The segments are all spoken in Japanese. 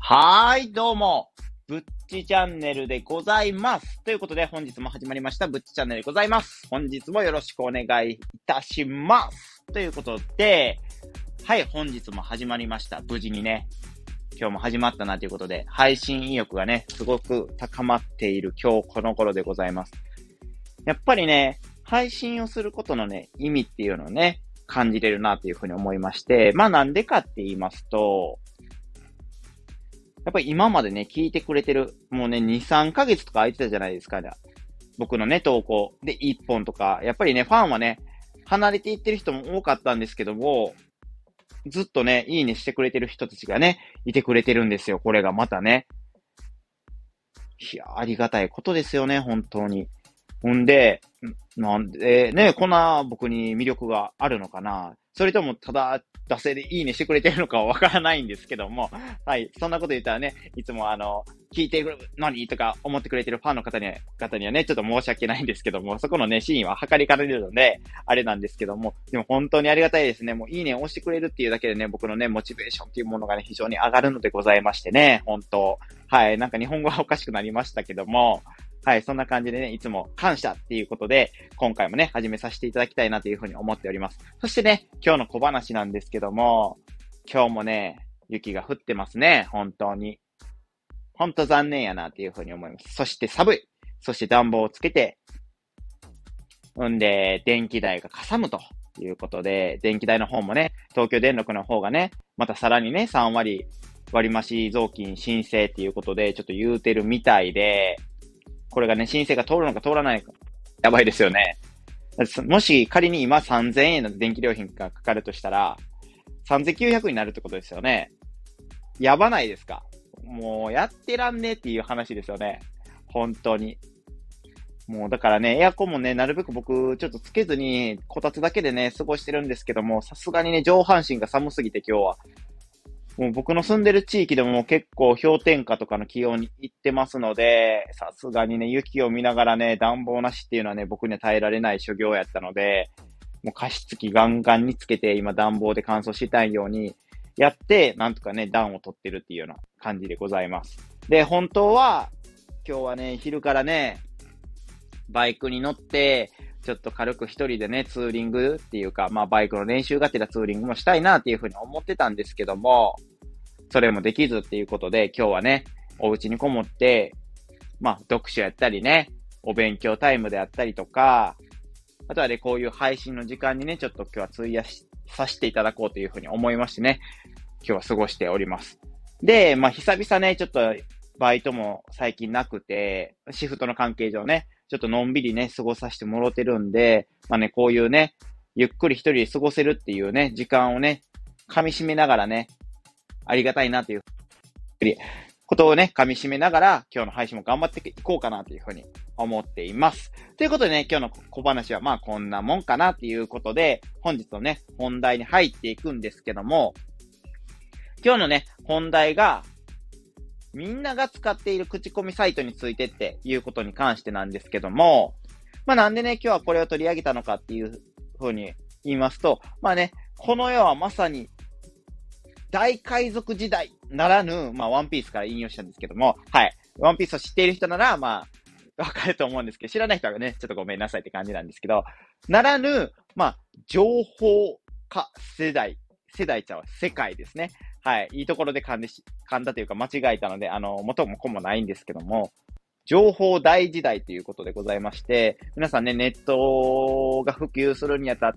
どうも、ぶっちチャンネルでございます。ということで、本日も始まりました、ぶっちチャンネルでございます。本日もよろしくお願いいたします。ということで、本日も始まりました。無事にね、今日も始まったなということで、配信意欲がね、すごく高まっている今日この頃でございます。やっぱりね、配信をすることのね、意味っていうのをね、感じれるなというふうに思いまして、なんでかって言いますと、やっぱり今までね、聞いてくれてる、もうね、2、3ヶ月とか空いてたじゃないですか、ね。僕のね、投稿で1本とか、やっぱりね、ファンはね、離れていってる人も多かったんですけども、ずっとね、いいねしてくれてる人たちがね、いてくれてるんですよ。これがまたね。いや、ありがたいことですよね、本当に。ほんで、なんでね、こんな僕に魅力があるのかな。それともただ、惰性でいいねしてくれてるのかはわからないんですけども、そんなこと言ったらね、いつも聞いてるのにとか思ってくれてるファンの方にはね、ちょっと申し訳ないんですけども、そこのね、シーンは測りかねるので、あれなんですけども、でも本当にありがたいですね。もういいねを押してくれるっていうだけでね、僕のね、モチベーションっていうものがね、非常に上がるのでございましてね、本当。なんか日本語はおかしくなりましたけども、そんな感じでね、いつも感謝っていうことで、今回もね、始めさせていただきたいなというふうに思っております。そしてね、今日の小話なんですけども、今日もね、雪が降ってますね、本当に。本当残念やなっていうふうに思います。そして寒い。そして暖房をつけて、んで、電気代がかさむということで、電気代の方もね、東京電力の方がね、またさらにね、3割割増雑金申請っていうことで、ちょっと言うてるみたいで、これがね、申請が通るのか通らないのか、やばいですよね。もし仮に今3000円の電気料金がかかるとしたら、3900になるってことですよね。やばないですか？もうやってらんねえっていう話ですよね。本当に。もうだからね、エアコンもね、なるべく僕ちょっとつけずに、こたつだけでね、過ごしてるんですけども、さすがにね、上半身が寒すぎて今日は。もう僕の住んでる地域でももう結構氷点下とかの気温に行ってますので、さすがにね、雪を見ながらね、暖房なしっていうのはね、僕には耐えられない所業やったので、もう加湿器ガンガンにつけて今暖房で乾燥したいようにやって、なんとかね、暖を取ってるっていうような感じでございます。で、本当は、今日はね、昼からね、バイクに乗って、ちょっと軽く一人でね、ツーリングっていうか、バイクの練習がてらツーリングもしたいなっていうふうに思ってたんですけども、それもできずっていうことで、今日はね、お家にこもって、読書やったりね、お勉強タイムであったりとか、あとはね、こういう配信の時間にね、ちょっと今日は費やさせていただこうというふうに思いましてね、今日は過ごしております。で、久々ね、ちょっとバイトも最近なくて、シフトの関係上ね、ちょっとのんびりね、過ごさせてもらってるんで、こういうね、ゆっくり一人で過ごせるっていうね、時間をね、噛み締めながらね、ありがたいなということをね、噛み締めながら、今日の配信も頑張っていこうかなというふうに思っています。ということでね、今日の小話はこんなもんかなということで、本日のね、本題に入っていくんですけども、今日のね、本題が、みんなが使っている口コミサイトについてっていうことに関してなんですけども、なんでね、今日はこれを取り上げたのかっていうふうに言いますと、この世はまさに大海賊時代ならぬ、ワンピースから引用したんですけども、ワンピースを知っている人なら、わかると思うんですけど、知らない人はね、ちょっとごめんなさいって感じなんですけど、ならぬ、情報化世代ちゃう世界ですね。いいところで噛んだというか間違えたので、元も子もないんですけども、情報大時代ということでございまして、皆さんね、ネットが普及するにあたって、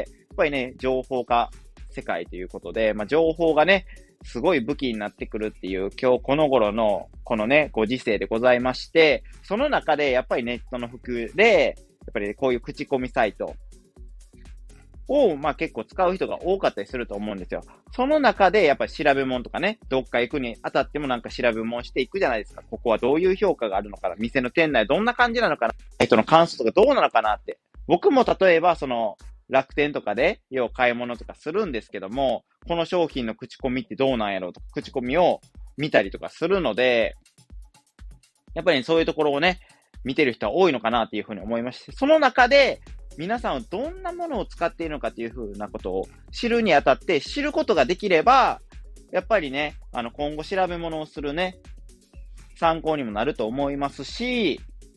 やっぱりね、情報化世界ということで、情報がね、すごい武器になってくるっていう、今日この頃の、このね、ご時世でございまして、その中でやっぱりネットの普及で、やっぱりこういう口コミサイトを、結構使う人が多かったりすると思うんですよ。その中で、やっぱり調べ物とかね、どっか行くにあたってもなんか調べ物していくじゃないですか。ここはどういう評価があるのかな、店の店内どんな感じなのかな、人の感想とかどうなのかなって。僕も例えば、楽天とかで、要は買い物とかするんですけども、この商品の口コミってどうなんやろうとか、口コミを見たりとかするので、やっぱりそういうところをね、見てる人は多いのかなっていうふうに思いまして、その中で、皆さんはどんなものを使っているのかというふうなことを知るにあたって、知ることができれば、 やっぱりね、今後調べ物をするね、参考にもなると思いますし、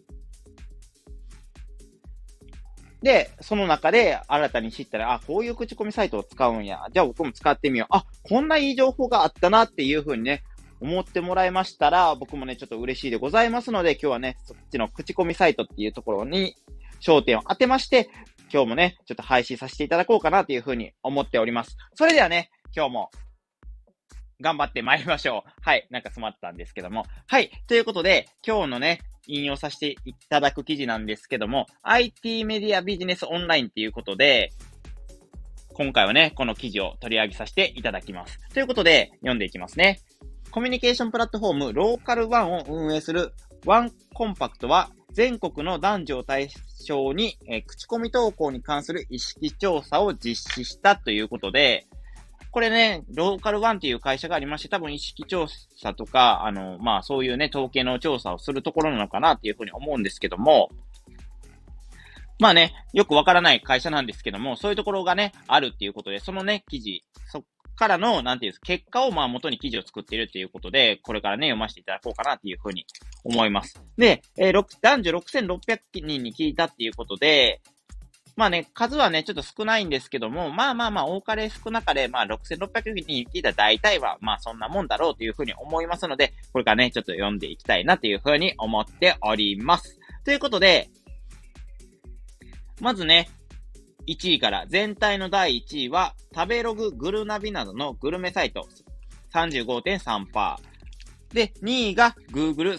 で、その中で新たに知ったら、あ、こういう口コミサイトを使うんや。じゃあ僕も使ってみよう。あ、こんないい情報があったなっていう風にね、思ってもらえましたら、僕もね、ちょっと嬉しいでございますので、今日はね、そっちの口コミサイトっていうところに焦点を当てまして、今日もね、ちょっと配信させていただこうかなという風に思っております。それではね、今日も頑張って参りましょう。はい。なんか詰まったんですけども。はい。ということで、今日のね、引用させていただく記事なんですけども、IT メディアビジネスオンラインっていうことで、今回はね、この記事を取り上げさせていただきます。ということで、読んでいきますね。コミュニケーションプラットフォームローカルワンを運営するワンコンパクトは、全国の男女を対象に、口コミ投稿に関する意識調査を実施したということで、これね、ローカルワンっていう会社がありまして、多分意識調査とか、まあそういうね、統計の調査をするところなのかなっていうふうに思うんですけども、まあね、よくわからない会社なんですけども、そういうところがね、あるっていうことで、そのね、記事、そっからの、なんていうんですか、結果をまあ元に記事を作っているっていうことで、これからね、読ませていただこうかなっていうふうに思います。で、男女6600人に聞いたっていうことで、まあね、数はね、ちょっと少ないんですけども、まあ、多かれ少なかれ、まあ、6600人に聞いた大体は、まあ、そんなもんだろうというふうに思いますので、これからね、ちょっと読んでいきたいなというふうに思っております。ということで、まずね、1位から、全体の第1位は、食べログ、グルナビなどのグルメサイト、35.3%。で、2位が Google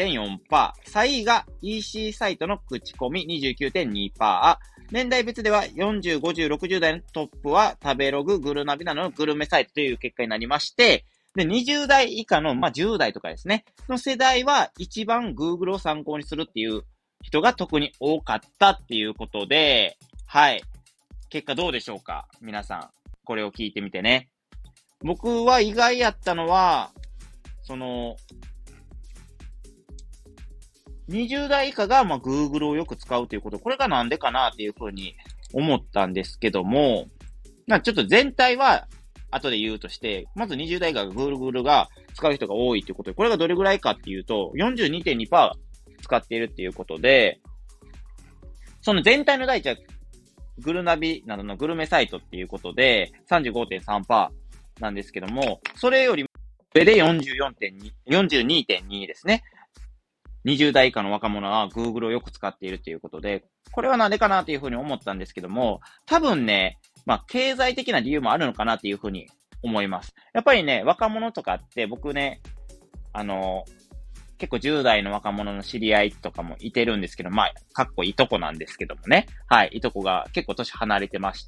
30.4%。3位が EC サイトの口コミ 29.2%。年代別では40、50、60代のトップは食べログ、グルナビなどのグルメサイトという結果になりまして、で、20代以下の、まあ、10代とかですね、の世代は一番 Google を参考にするっていう人が特に多かったっていうことで、はい。結果どうでしょうか皆さん。これを聞いてみてね。僕は意外やったのは、20代以下が、まあ、Google をよく使うということ、これがなんでかなっていうふうに思ったんですけども、ちょっと全体は後で言うとして、まず20代以下が Google が使う人が多いということで、これがどれぐらいかっていうと、42.2% 使っているっていうことで、その全体の第一はグルナビなどのグルメサイトっていうことで 35.3% なんですけども、それより上で42.2ですね。20代以下の若者は Google をよく使っているということで、これはなんでかなというふうに思ったんですけども、多分ね、まあ、経済的な理由もあるのかなというふうに思います。やっぱりね、若者とかって僕ね、結構10代の若者の知り合いとかもいてるんですけど、まあ、かっこいとこなんですけどもね。はい、いとこが結構年離れてまして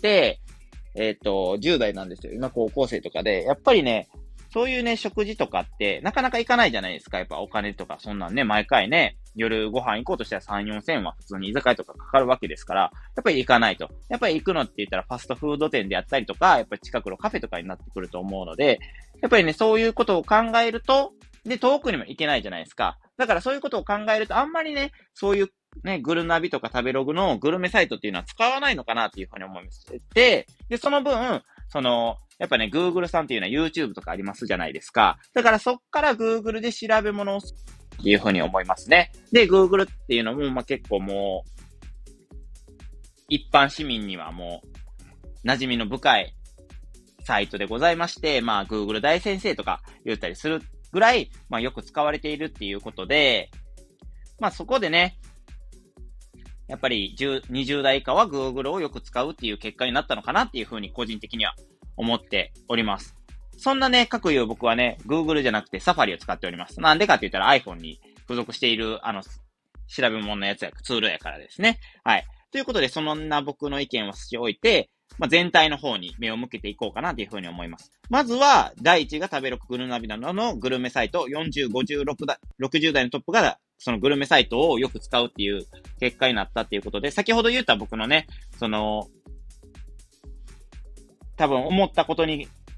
、10代なんですよ。今高校生とかで。やっぱりね、そういうね、食事とかって、なかなか行かないじゃないですか。やっぱお金とか、そんなんね、毎回ね、夜ご飯行こうとしたら3、4千は普通に居酒屋とかかかるわけですから、やっぱり行かないと。やっぱり行くのって言ったらファストフード店であったりとか、やっぱり近くのカフェとかになってくると思うので、やっぱりね、そういうことを考えると、で、遠くにも行けないじゃないですか。だからそういうことを考えると、あんまりね、そういうね、グルナビとか食べログのグルメサイトっていうのは使わないのかなっていうふうに思います。で、その分、やっぱね、Google さんっていうのは YouTube とかありますじゃないですか。だからそっから Google で調べ物をするっていうふうに思いますね。で、Google っていうのも、まあ、結構もう、一般市民にはもう、馴染みの深いサイトでございまして、まあ、Google 大先生とか言ったりするぐらい、まあ、よく使われているっていうことで、まあ、そこでね、やっぱり20代以下は Google をよく使うっていう結果になったのかなっていうふうに個人的には思っております。そんなね、各有僕はね、Google じゃなくて Safari を使っております。なんでかって言ったら iPhone に付属している、調べ物のやつや、ツールやからですね。はい。ということで、そんな僕の意見をしておいて、まあ、全体の方に目を向けていこうかなというふうに思います。まずは、第1が食べロググルナビなどのグルメサイト、40、50、60代のトップが、そのグルメサイトをよく使うっていう結果になったっていうことで、先ほど言った僕のね、多分思ったことに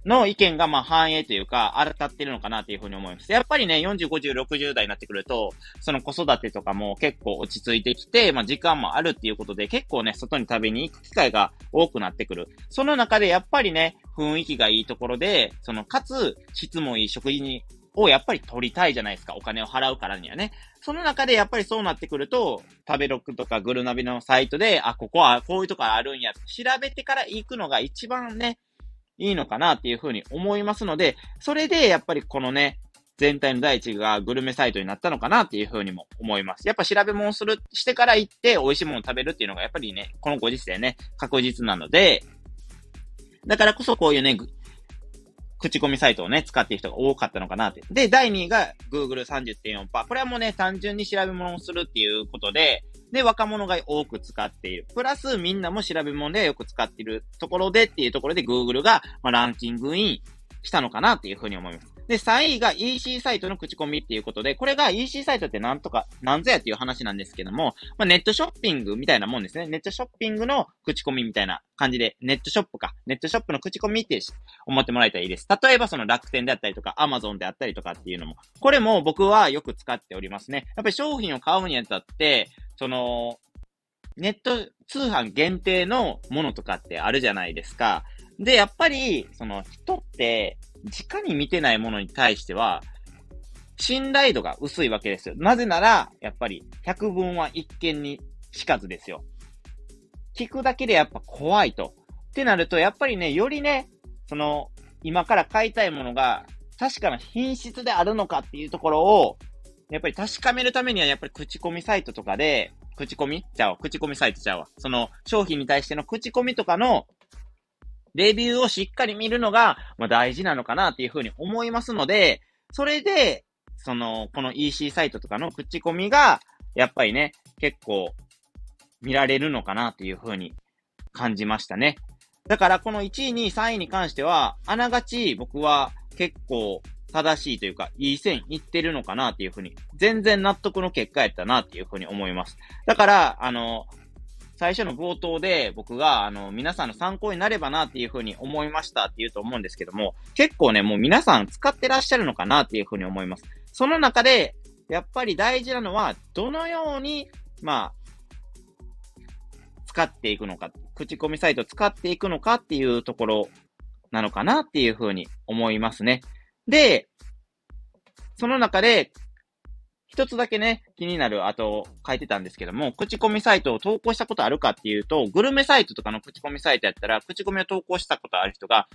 の意見が反映というか、当たってるのかなというふうに思います。やっぱりね、40、50、60代になってくると、その子育てとかも結構落ち着いてきて、時間もあるっていうことで、結構ね、外に食べに行く機会が多くなってくる。その中でやっぱりね、雰囲気がいいところで、かつ、質もいい食事をやっぱり取りたいじゃないですか。お金を払うからにはね。その中でやっぱりそうなってくると、食べログとかグルナビのサイトで、ここはこういうとこあるんや、調べてから行くのが一番ね、いいのかなっていうふうに思いますので、それでやっぱりこのね、全体の第一がグルメサイトになったのかなっていうふうにも思います。やっぱ調べ物してから行って美味しいものを食べるっていうのがやっぱりね、このご時世ね、確実なので、だからこそこういうね、口コミサイトをね、使っている人が多かったのかなって。で、第2位が Google 30.4%。これはもうね、単純に調べ物をするっていうことで、で、若者が多く使っている。プラス、みんなも調べ物でよく使っているところでっていうところで Google が、ランキングインしたのかなっていうふうに思います。で、3位が EC サイトの口コミっていうことで、これが EC サイトってなんぞやっていう話なんですけども、ネットショッピングみたいなもんですね。ネットショッピングの口コミみたいな感じで、ネットショップの口コミって思ってもらえたらいいです。例えばその楽天であったりとか、Amazon であったりとかっていうのも、これも僕はよく使っておりますね。やっぱり商品を買うにあたって、ネット通販限定のものとかってあるじゃないですか。で、やっぱり、人って、直に見てないものに対しては、信頼度が薄いわけですよ。なぜなら、やっぱり、百聞は一見にしかずですよ。聞くだけでやっぱ怖いと。ってなると、やっぱりね、よりね、今から買いたいものが、確かな品質であるのかっていうところを、やっぱり確かめるためには、やっぱり口コミサイトとかで、口コミサイトちゃうわ。商品に対しての口コミとかの、レビューをしっかり見るのが、大事なのかなっていうふうに思いますので、それで、この EC サイトとかの口コミが、やっぱりね、結構見られるのかなっていうふうに感じましたね。だからこの1位、2位、3位に関しては、あながち僕は結構正しいというか、いい線いってるのかなっていうふうに、全然納得の結果やったなっていうふうに思います。だから、最初の冒頭で僕が、皆さんの参考になればなっていうふうに思いましたって言うと思うんですけども、結構ね、もう皆さん使ってらっしゃるのかなっていうふうに思います。その中で、やっぱり大事なのは、どのように、使っていくのか、口コミサイトを使っていくのかっていうところなのかなっていうふうに思いますね。で、その中で、一つだけね、気になる書いてたんですけども、口コミサイトを投稿したことあるかっていうと、グルメサイトとかの口コミサイトやったら、口コミを投稿したことある人が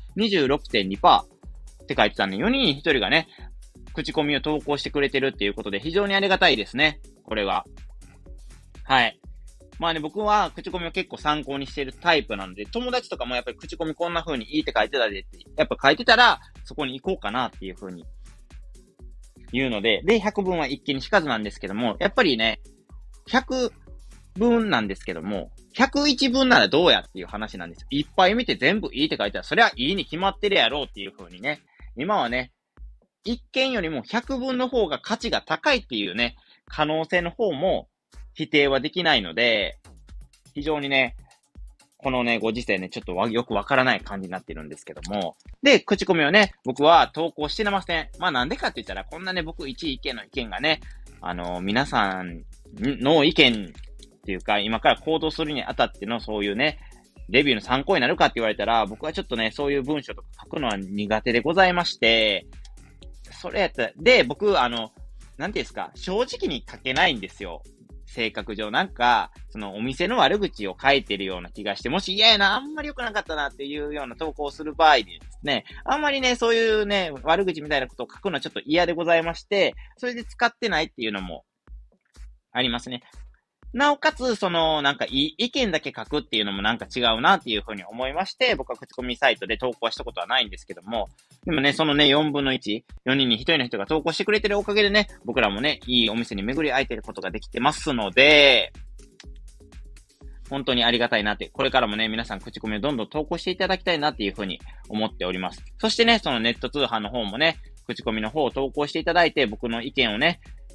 26.2% って書いてたんで、4人に1人がね、口コミを投稿してくれてるっていうことで、非常にありがたいですね。これは。はい。僕は口コミを結構参考にしてるタイプなので、友達とかもやっぱり口コミこんな風にいいって書いてたでって、やっぱ書いてたら、そこに行こうかなっていう風に言うので、で、100分は一気にしかずなんですけども、やっぱりね、100分なんですけども、101分ならどうやっていう話なんですよ。いっぱい見て全部いいって書いてある。それはいいに決まってるやろうっていう風にね、今はね、一件よりも100分の方が価値が高いっていうね、可能性の方も否定はできないので、非常にね、このね、ご時世ね、ちょっとよくわからない感じになってるんですけども。で、口コミをね、僕は投稿してません。なんでかって言ったら、こんなね、僕一意見の意見がね、皆さんの意見っていうか、今から行動するにあたってのそういうね、レビューの参考になるかって言われたら、僕はちょっとね、そういう文章とか書くのは苦手でございまして、それやったら、で、僕、なんていうんですか、正直に書けないんですよ。性格上。お店の悪口を書いてるような気がして、もし嫌やな、あんまり良くなかったなっていうような投稿をする場合でですね、あんまりね、そういうね、悪口みたいなことを書くのはちょっと嫌でございまして、それで使ってないっていうのもありますね。なおかつ、いい意見だけ書くっていうのも違うなっていうふうに思いまして、僕は口コミサイトで投稿したことはないんですけども、でもね、そのね、4分の1、4人に1人の人が投稿してくれてるおかげでね、僕らもね、いいお店に巡り会えてることができてますので、本当にありがたいなって、これからもね、皆さん口コミをどんどん投稿していただきたいなっていうふうに思っております。そしてね、そのネット通販の方もね、口コミの方を投稿していただいて、僕の意見をね、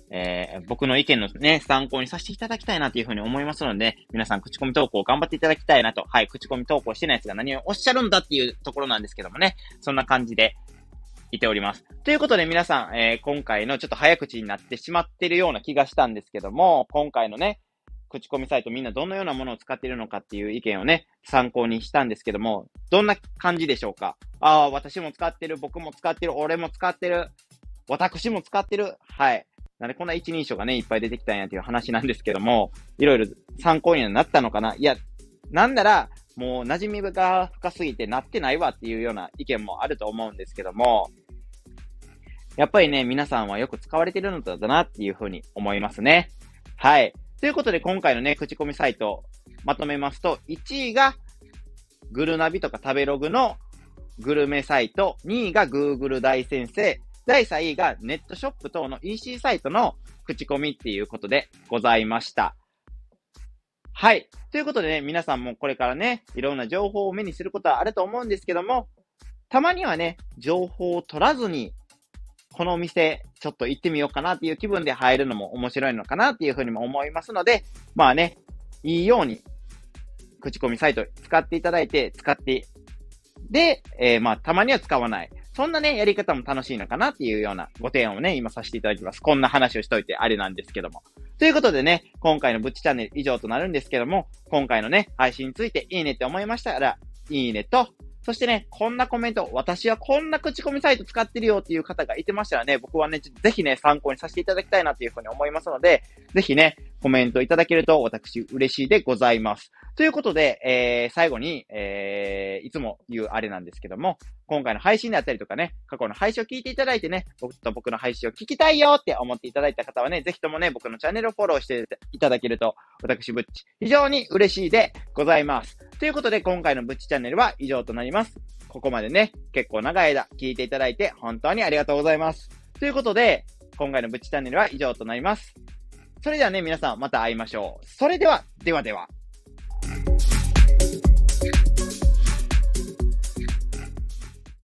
僕の意見のね、参考にさせていただきたいなというふうに思いますので、皆さん口コミ投稿を頑張っていただきたいなと。はい、口コミ投稿してないやつが何をおっしゃるんだっていうところなんですけどもね、そんな感じでいております。ということで皆さん、今回のちょっと早口になってしまってるような気がしたんですけども、今回のね、口コミサイトみんなどのようなものを使っているのかっていう意見をね、参考にしたんですけども、どんな感じでしょうか？私も使ってる、僕も使ってる、俺も使ってる、私も使ってる。はい。なんでこんな一人称がね、いっぱい出てきたんやっていう話なんですけども、いろいろ参考にはなったのかな？いや、なんなら、もう馴染みが深すぎてなってないわっていうような意見もあると思うんですけども、やっぱりね、皆さんはよく使われてるのだなっていうふうに思いますね。はい。ということで今回のね、口コミサイトまとめますと、1位がグルナビとか食べログのグルメサイト、2位が Google 大先生、第3位がネットショップ等の EC サイトの口コミっていうことでございました。はい。ということでね、皆さんもこれからね、いろんな情報を目にすることはあると思うんですけども、たまにはね、情報を取らずに、このお店、ちょっと行ってみようかなっていう気分で入るのも面白いのかなっていうふうにも思いますので、まあね、いいように、口コミサイト使っていただいて、で、まあ、たまには使わない。そんなね、やり方も楽しいのかなっていうようなご提案をね、今させていただきます。こんな話をしといてあれなんですけども。ということでね、今回のぶっちチャンネル以上となるんですけども、今回のね、配信についていいねって思いましたら、いいねと、そしてね、こんなコメント、私はこんな口コミサイト使ってるよっていう方がいてましたらね、僕はね、ぜひね、参考にさせていただきたいなというふうに思いますので、ぜひね、コメントいただけると私嬉しいでございます。ということで、最後に、いつも言うあれなんですけども、今回の配信であったりとかね、過去の配信を聞いていただいてね、僕の配信を聞きたいよって思っていただいた方はね、ぜひともね、僕のチャンネルをフォローしていただけると、私ぶっち、非常に嬉しいでございます。ということで、今回のぶっちチャンネルは以上となります。ここまでね、結構長い間聞いていただいて本当にありがとうございます。ということで、今回のぶっちチャンネルは以上となります。それではね、皆さんまた会いましょう。それでは、ではでは。